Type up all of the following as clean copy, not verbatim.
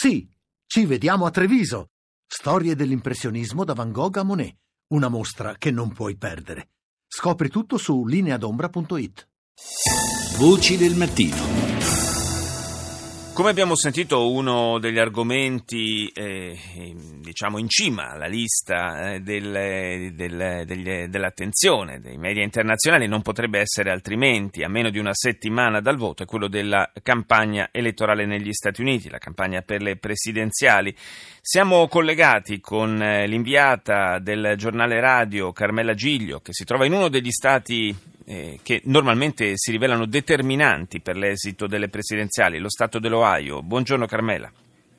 Sì, ci vediamo a Treviso. Storie dell'impressionismo da Van Gogh a Monet. Una mostra che non puoi perdere. Scopri tutto su lineadombra.it. Voci del mattino. Come abbiamo sentito, uno degli argomenti diciamo in cima alla lista dell'attenzione dei media internazionali non potrebbe essere altrimenti, a meno di una settimana dal voto, è quello della campagna elettorale negli Stati Uniti, la campagna per le presidenziali. Siamo collegati con l'inviata del giornale radio Carmela Giglio, che si trova in uno degli stati che normalmente si rivelano determinanti per l'esito delle presidenziali, lo Stato dell'Ohio. Buongiorno Carmela.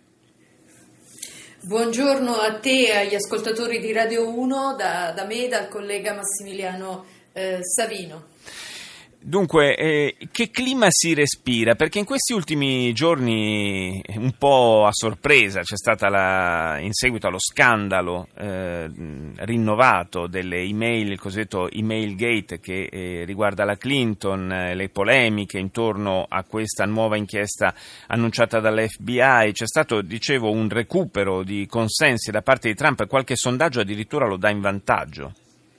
Buongiorno a te e agli ascoltatori di Radio 1, da me, dal collega Massimiliano Savino. Dunque, che clima si respira? Perché in questi ultimi giorni, un po' a sorpresa, c'è stata in seguito allo scandalo rinnovato delle email, il cosiddetto email gate, che riguarda la Clinton, le polemiche intorno a questa nuova inchiesta annunciata dall'FBI. C'è stato, dicevo, un recupero di consensi da parte di Trump, e qualche sondaggio addirittura lo dà in vantaggio.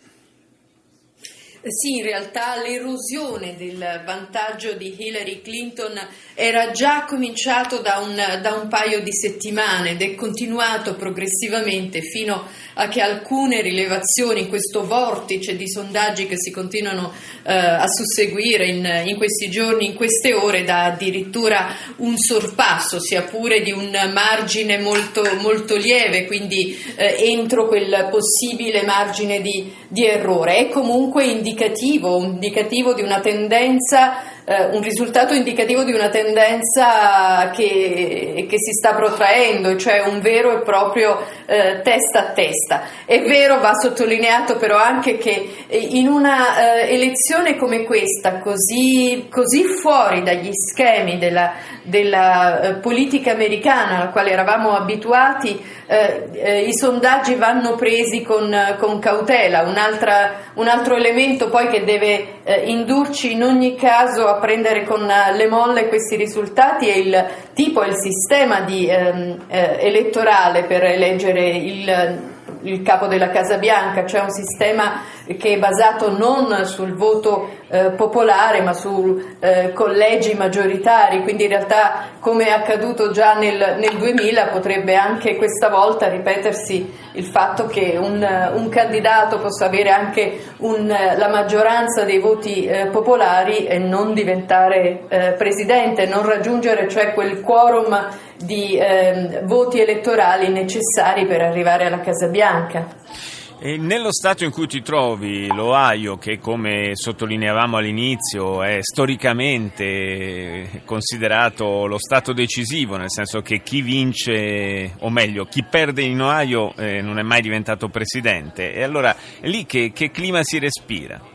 Sì, in realtà l'erosione del vantaggio di Hillary Clinton era già cominciato da un paio di settimane ed è continuato progressivamente fino a che alcune rilevazioni in questo vortice di sondaggi che si continuano a susseguire in questi giorni, in queste ore, dà addirittura un sorpasso, sia pure di un margine molto, molto lieve, quindi entro quel possibile margine di errore. È comunque indicativo di una tendenza, un risultato indicativo di una tendenza che si sta protraendo, cioè un vero e proprio testa a testa. È vero, va sottolineato però anche che in una elezione come questa, così fuori dagli schemi della politica americana alla quale eravamo abituati, i sondaggi vanno presi con cautela. Un altro elemento poi che deve indurci in ogni caso a prendere con le molle questi risultati è il tipo e il sistema elettorale per eleggere il capo della Casa Bianca, cioè un sistema che è basato non sul voto popolare ma su collegi maggioritari, quindi in realtà, come è accaduto già nel 2000, potrebbe anche questa volta ripetersi il fatto che un candidato possa avere anche la maggioranza dei voti popolari e non diventare presidente, non raggiungere cioè quel quorum di voti elettorali necessari per arrivare alla Casa Bianca. E nello stato in cui ti trovi, l'Ohio, che come sottolineavamo all'inizio è storicamente considerato lo stato decisivo, nel senso che chi vince, o meglio, chi perde in Ohio non è mai diventato presidente, e allora lì che clima si respira?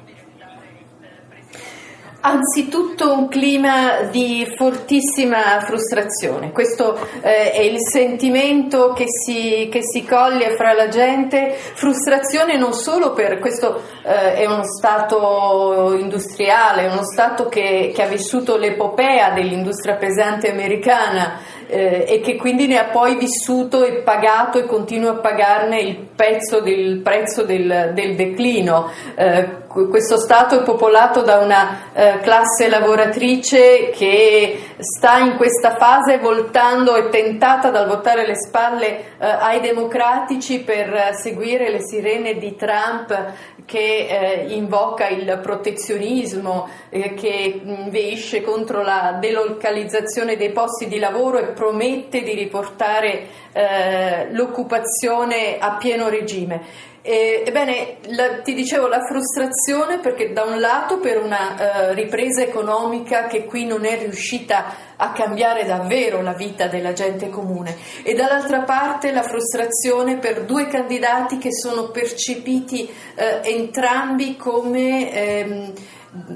Anzitutto un clima di fortissima frustrazione. Questo è il sentimento che si coglie fra la gente. Frustrazione non solo per questo, è uno stato industriale, è uno stato che ha vissuto l'epopea dell'industria pesante americana e che quindi ne ha poi vissuto e pagato e continua a pagarne il prezzo del declino. Questo Stato è popolato da una classe lavoratrice che sta in questa fase voltando e tentata dal voltare le spalle ai democratici per seguire le sirene di Trump, che invoca il protezionismo, che inveisce contro la delocalizzazione dei posti di lavoro e promette di riportare l'occupazione a pieno regime. Ebbene, ti dicevo, la frustrazione perché da un lato per una ripresa economica che qui non è riuscita a cambiare davvero la vita della gente comune, e dall'altra parte la frustrazione per due candidati che sono percepiti entrambi come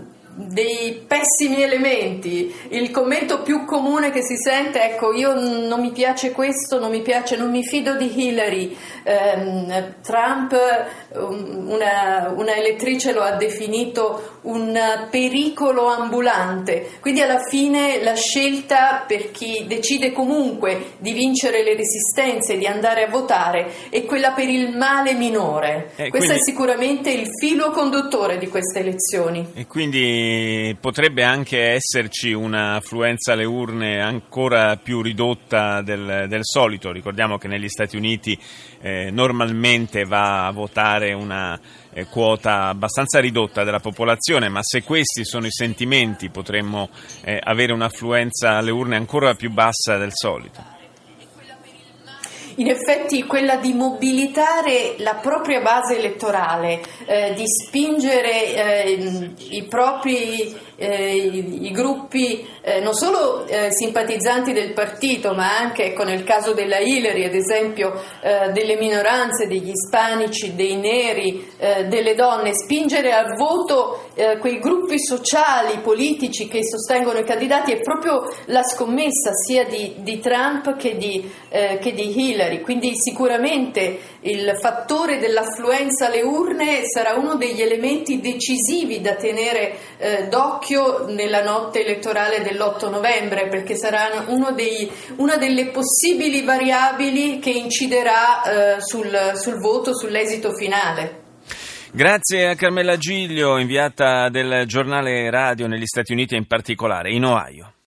dei pessimi elementi. Il commento più comune che si sente, ecco, io non mi piace questo, non mi fido di Hillary. Trump, una elettrice lo ha definito un pericolo ambulante, quindi alla fine la scelta per chi decide comunque di vincere le resistenze, di andare a votare, è quella per il male minore. Questo è sicuramente il filo conduttore di queste elezioni. E quindi potrebbe anche esserci un'affluenza alle urne ancora più ridotta del solito. Ricordiamo che negli Stati Uniti normalmente va a votare una quota abbastanza ridotta della popolazione, ma se questi sono i sentimenti potremmo avere un'affluenza alle urne ancora più bassa del solito. In effetti quella di mobilitare la propria base elettorale, di spingere i gruppi non solo simpatizzanti del partito, ma anche, ecco, nel caso della Hillary, ad esempio, delle minoranze, degli ispanici, dei neri, delle donne, spingere al voto quei gruppi sociali, politici che sostengono i candidati è proprio la scommessa sia di Trump che di Hillary. Quindi sicuramente il fattore dell'affluenza alle urne sarà uno degli elementi decisivi da tenere d'occhio nella notte elettorale dell'8 novembre, perché sarà una delle possibili variabili che inciderà sul voto, sull'esito finale. Grazie a Carmela Giglio, inviata del giornale radio negli Stati Uniti e in particolare in Ohio.